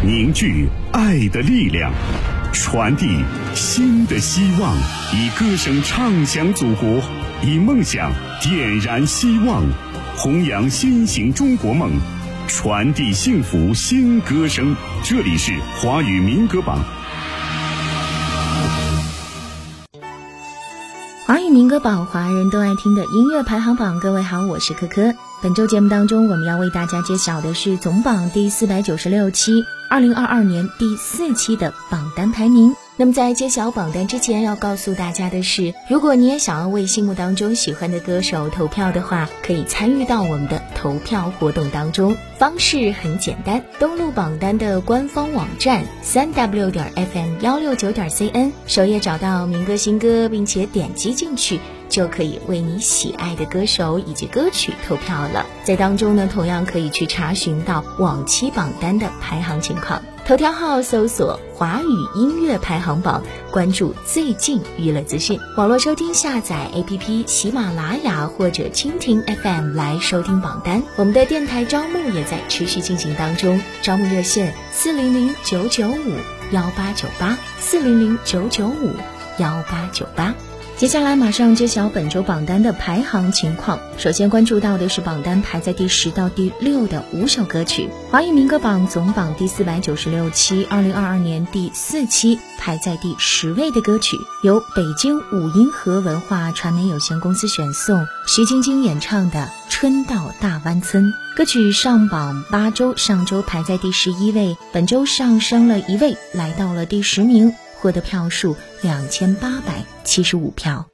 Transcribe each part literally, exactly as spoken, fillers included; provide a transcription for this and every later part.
凝聚爱的力量，传递新的希望，以歌声唱响祖国，以梦想点燃希望，弘扬新型中国梦，传递幸福新歌声。这里是华语民歌榜。 华语民歌榜，华人都爱听的音乐排行榜。各位好，我是珂珂。本周节目当中，我们要为大家揭晓的是总榜第四百九十六期二零二二年第四期的榜单排名。那么在揭晓榜单之前，要告诉大家的是，如果你也想要为心目当中喜欢的歌手投票的话，可以参与到我们的投票活动当中。方式很简单，登录榜单的官方网站 三 w 点 f m 一六九点 c n， 首页找到民歌新歌，并且点击进去，就可以为你喜爱的歌手以及歌曲投票了。在当中呢，同样可以去查询到往期榜单的排行情况。头条号搜索华语音乐排行榜，关注最近娱乐资讯。网络收听下载 A P P 喜马拉雅或者蜻蜓 F M 来收听榜单。我们的电台招募也在持续进行当中，招募热线四零零九九五幺八九八四零零九九五幺八九八。接下来马上揭晓本周榜单的排行情况。首先关注到的是榜单排在第十到第六的五首歌曲。华语民歌榜总榜第四百九十六期二零二二年第四期排在第十位的歌曲，由北京五音盒文化传媒有限公司选送，徐晶晶演唱的《春到大湾村》。歌曲上榜八周，上周排在第十一位，本周上升了一位，来到了第十名，获得票数两千八百七十五票。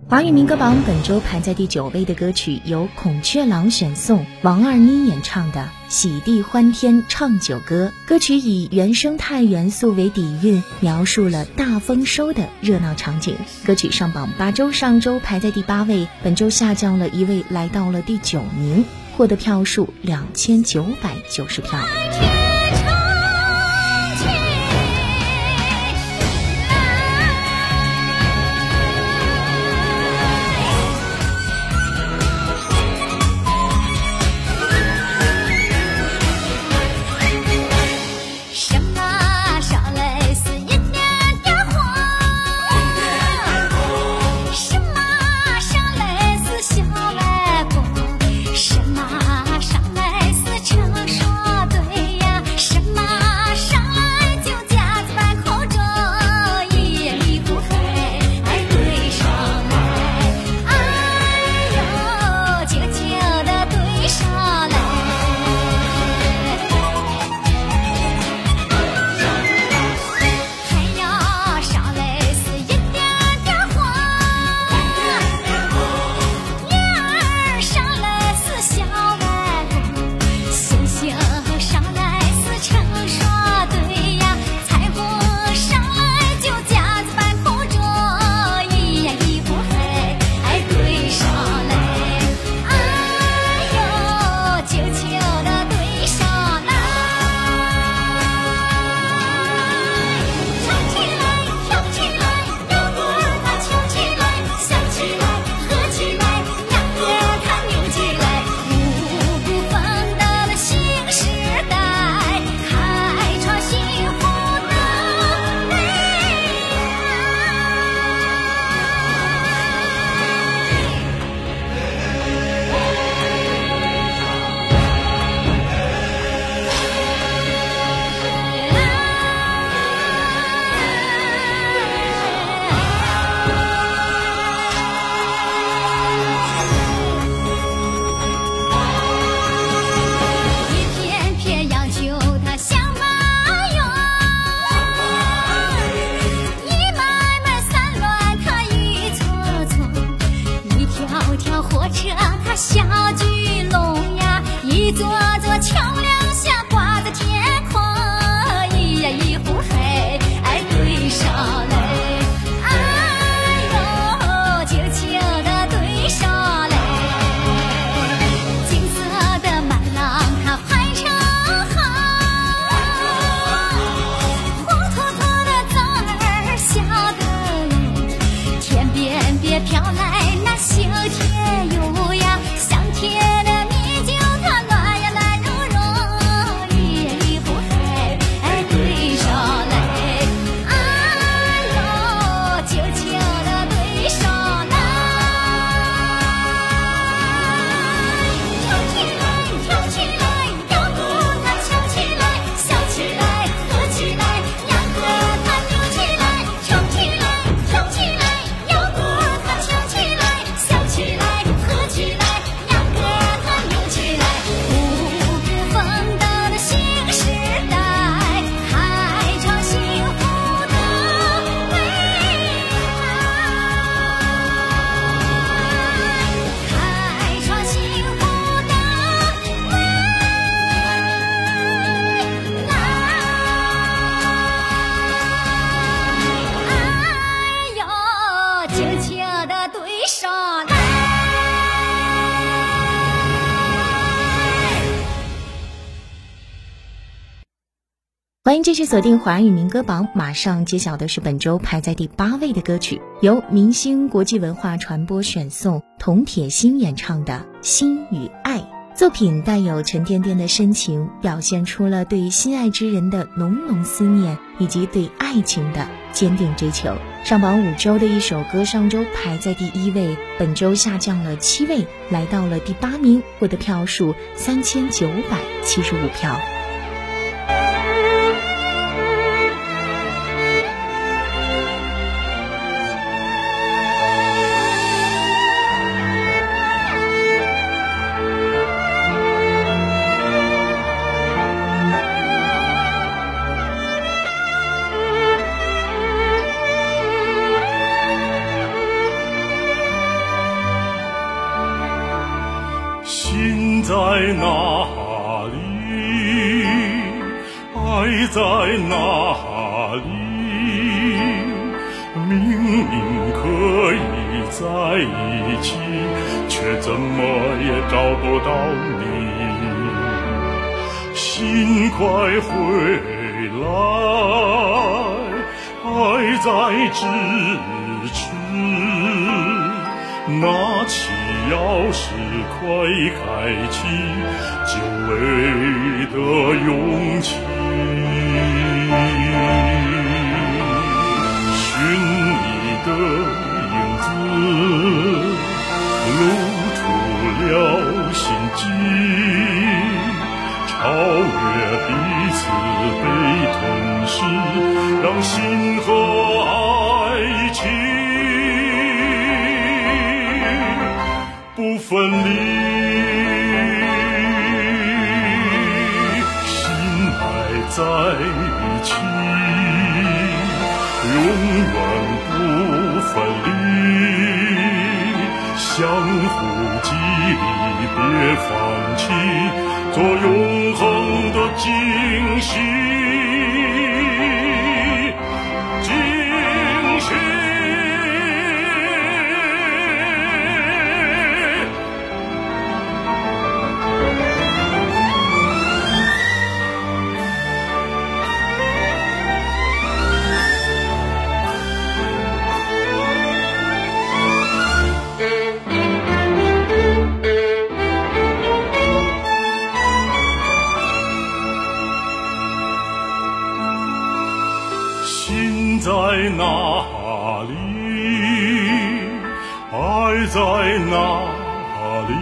华语民歌榜本周排在第九位的歌曲由孔雀郎选送，王二妮演唱的《喜地欢天唱酒歌》。歌曲以原生态元素为底蕴，描述了大丰收的热闹场景。歌曲上榜八周，上周排在第八位，本周下降了一位，来到了第九名，获得票数两千九百九十票。 欢迎继续锁定华语民歌榜，马上揭晓的是本周排在第八位的歌曲，由明星国际文化传播选送，童铁心演唱的《心与爱》。作品带有沉甸甸的深情，表现出了对心爱之人的浓浓思念，以及对爱情的坚定追求。上榜五周的一首歌，上周排在第一位，本周下降了七位，来到了第八名，获得票数三千九百七十五票。 哪里？爱在哪里？明明可以在一起，却怎么也找不到你。心快回来，爱在咫尺。拿起钥匙，快开启久违的勇气。寻你的影子，露出了心迹，超越彼此被吞噬，让心和爱情不分离。心爱在一起，永远不分离，相互激励，别放弃，做永恒的惊喜。惊喜。心在哪里？爱在哪里？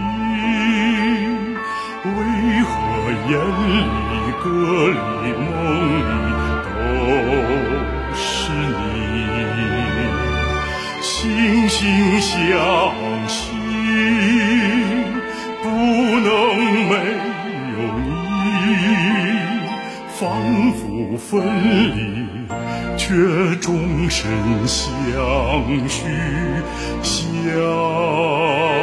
为何眼里、歌里、梦里都是你？惺惺相惜，不能没有你，仿佛分离，却终身相许相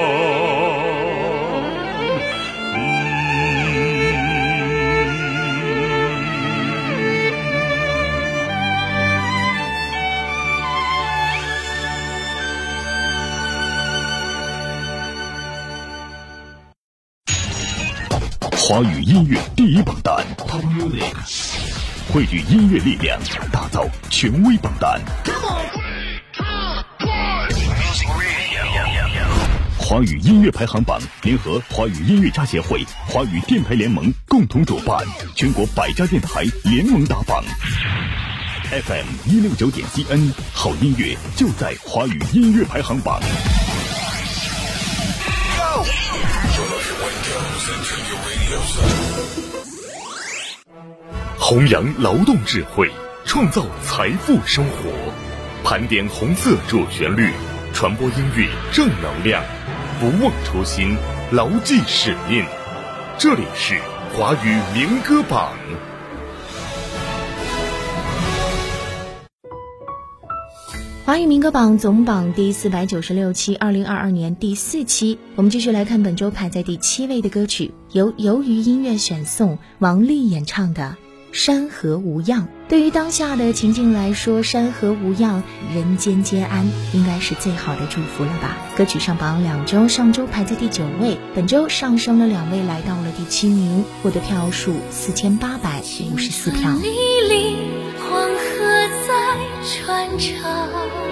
华语音乐第一榜单，汇聚音乐力量，打造权威榜单。华语音乐排行榜联合华语音乐家协会、华语电台联盟共同主办，全国百家电台联盟打榜。F M 一六九点 C N， 好音乐就在华语音乐排行榜。弘扬劳动智慧，创造财富生活，盘点红色主旋律，传播音乐正能量，不忘初心，牢记使命。这里是华语民歌榜。 华语民歌榜总榜第四百九十六期，二零二二年第四期，我们继续来看本周排在第七位的歌曲，由鱿鱼音乐选送，王丽演唱的《山河无恙》。对于当下的情境来说，山河无恙，人间皆安，应该是最好的祝福了吧。歌曲上榜两周，上周排在第九位，本周上升了两位，来到了第七名，获得票数四千八百五十四票。 历历黄河在传唱，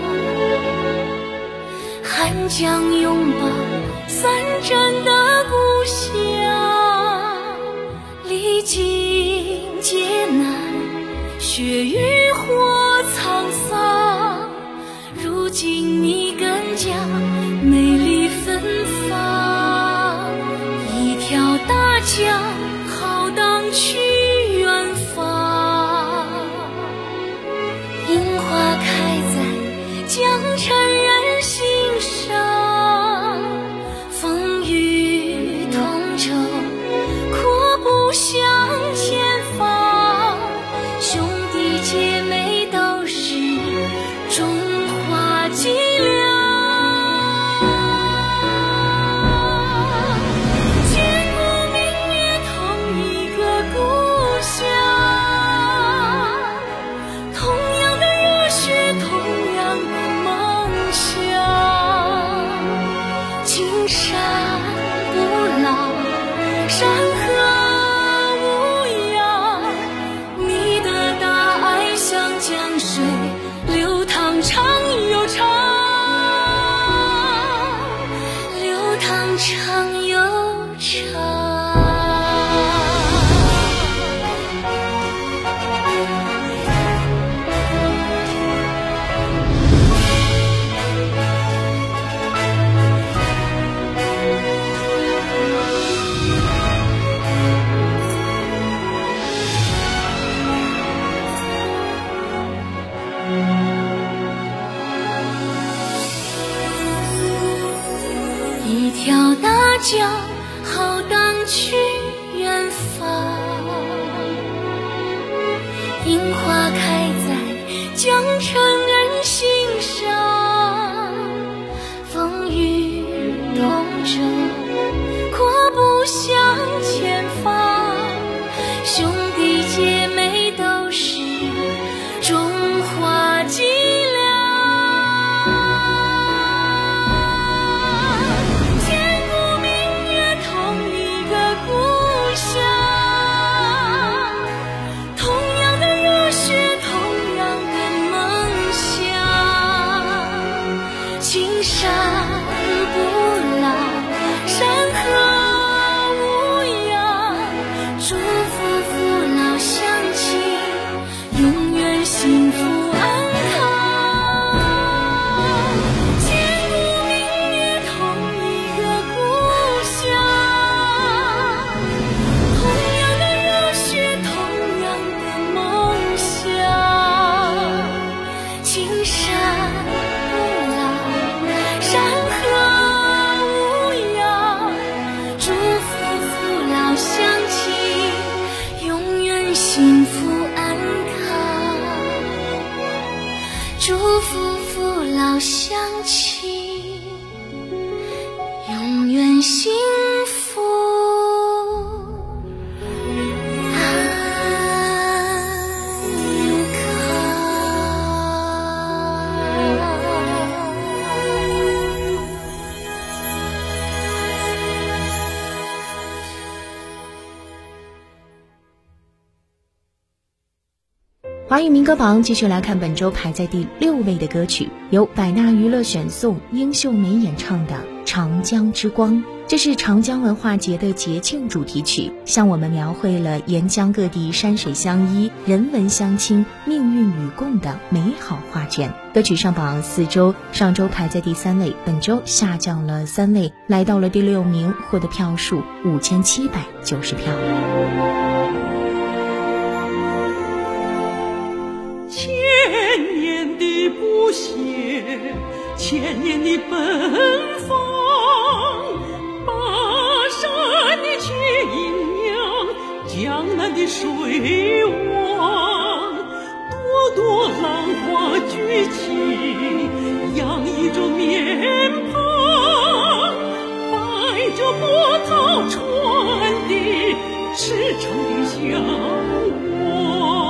汉江拥抱三镇的故乡，历经劫难，血与火沧桑，如今你更加美丽芬芳。一条大江浩荡去远方，樱花开在江城人心上，风雨同舟，阔步向前方，兄弟姐妹都是中华脊梁。千古名一条大江浩荡去远方，樱花开在江城人心上，风雨同舟，阔步向前方，兄弟姐妹都是中华脊梁。千古明月同一个故乡，同样的热血，同样的梦想，青山不老，山河无恙，祝福父老乡亲永远幸福安康。千古明月同一个故乡，同样的热血，同样的梦想，青山不老，山河无恙，祝福父老乡亲永远幸福安康，祝福父老乡亲永远幸福安康。 华语民歌榜继续来看本周排在第六位的歌曲，由百纳娱乐选送，英秀梅演唱的《长江之光》。这是长江文化节的节庆主题曲，向我们描绘了沿江各地山水相依、人文相亲、命运与共的美好画卷。歌曲上榜四周，上周排在第三位，本周下降了三位，来到了第六名，获得票数五千七百九十票。 千年的不懈，千年的奔放，巴山的却阴阳，江南的水汪，朵朵浪花举起，洋溢着面庞，摆着波涛船的驰骋的向往。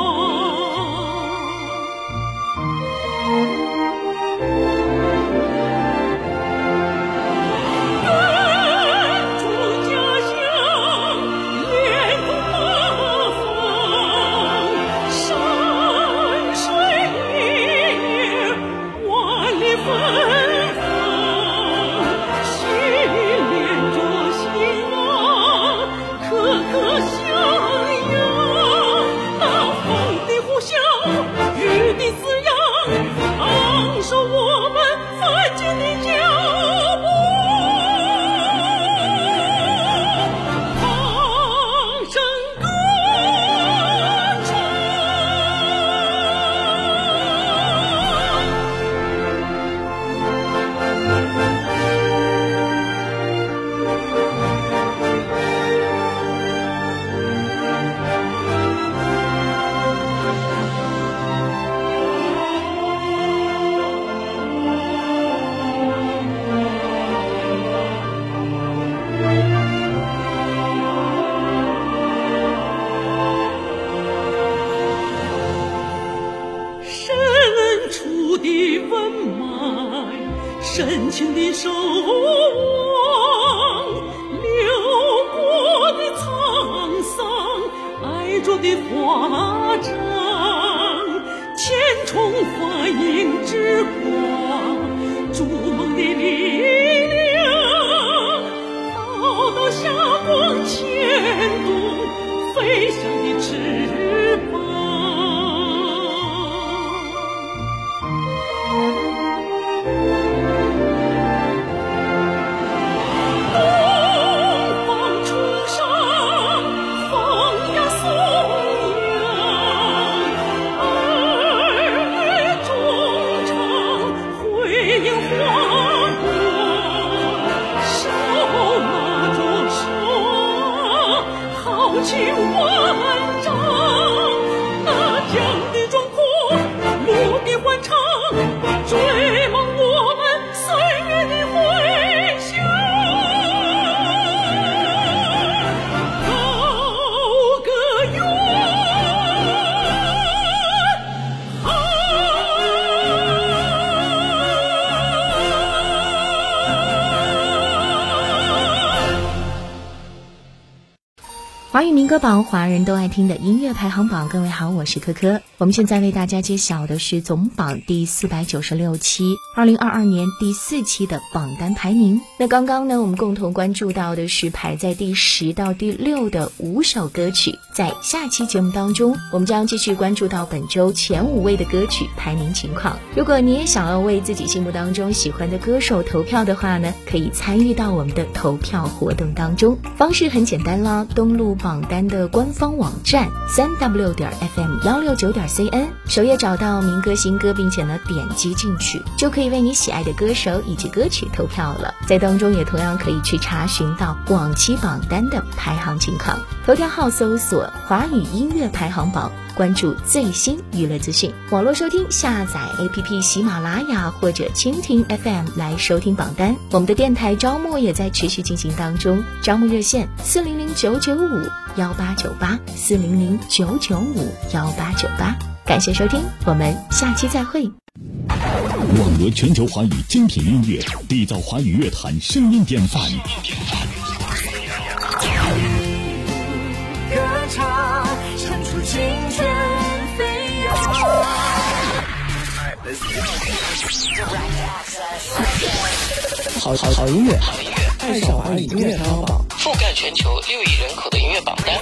深情的守望，流过的沧桑，爱着的华章，千重华映之光，筑梦的力量，报道霞光牵动飞翔的翅膀。 华语民歌榜，华人都爱听的音乐排行榜。各位好，我是珂珂。我们现在为大家揭晓的是总榜第四百九十六期二零二二年第四期的榜单排名。那刚刚呢，我们共同关注到的是排在第十到第六的五首歌曲。在下期节目当中，我们将继续关注到本周前五位的歌曲排名情况。如果你也想要为自己心目当中喜欢的歌手投票的话呢，可以参与到我们的投票活动当中。方式很简单啦，登录榜单的官方网站 三 w 点 f m 一六九点 c n， 首页找到民歌新歌，并且呢点击进去，就可以为你喜爱的歌手以及歌曲投票了。在当中也同样可以去查询到往期榜单的排行情况。头条号搜索华语音乐排行榜，关注最新娱乐资讯。网络收听下载 A P P 喜马拉雅或者蜻蜓 F M 来收听榜单。我们的电台招募也在持续进行当中，招募热线四零零九九五幺八九八四零零九九五幺八九八。感谢收听，我们下期再会。 网罗全球华语精品音乐，缔造华语乐坛声音典范。 歌唱，唱出青春飞扬。 好好好音乐，爱上华语音乐排行榜， 覆盖全球六亿人口的音乐榜单。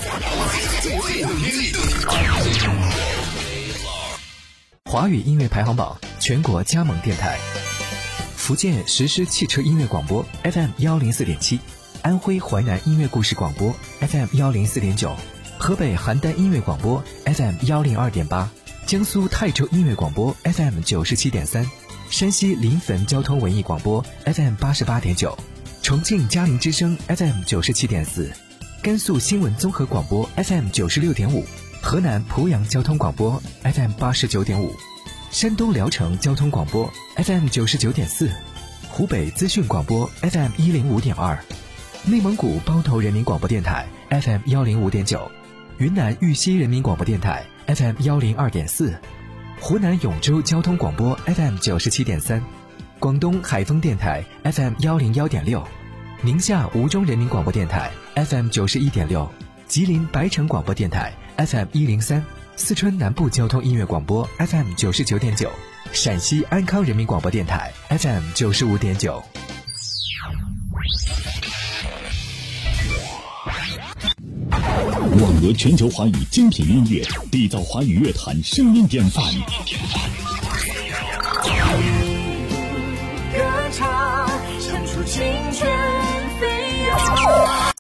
华语音乐排行榜全国加盟电台：福建实施汽车音乐广播 F M 一零四点七，安徽淮南音乐故事广播 F M 一零四点九，河北邯郸音乐广播 F M 一零二点八，江苏泰州音乐广播 F M 九十七点三，山西临汾交通文艺广播 F M 八十八点九，重庆嘉陵之声 F M 九十七点四，甘肃新闻综合广播 F M 九十六点五，河南濮阳交通广播 F M 八十九点五，山东聊城交通广播 F M 九十九点四，湖北资讯广播 F M 一零五点二，内蒙古包头人民广播电台 F M 一零五点九，云南玉溪人民广播电台 F M 一零二点四，湖南永州交通广播 F M 九十七点三，广东海丰电台 F M 一零一点六，宁夏吴忠人民广播电台 F M 九十一点六，吉林白城广播电台 F M 一零三，四川南部交通音乐广播 F M 九十九点九，陕西安康人民广播电台 F M 九十五点九。 网罗全球华语精品音乐，缔造华语乐坛声音典范。 歌唱，唱出青春飞扬。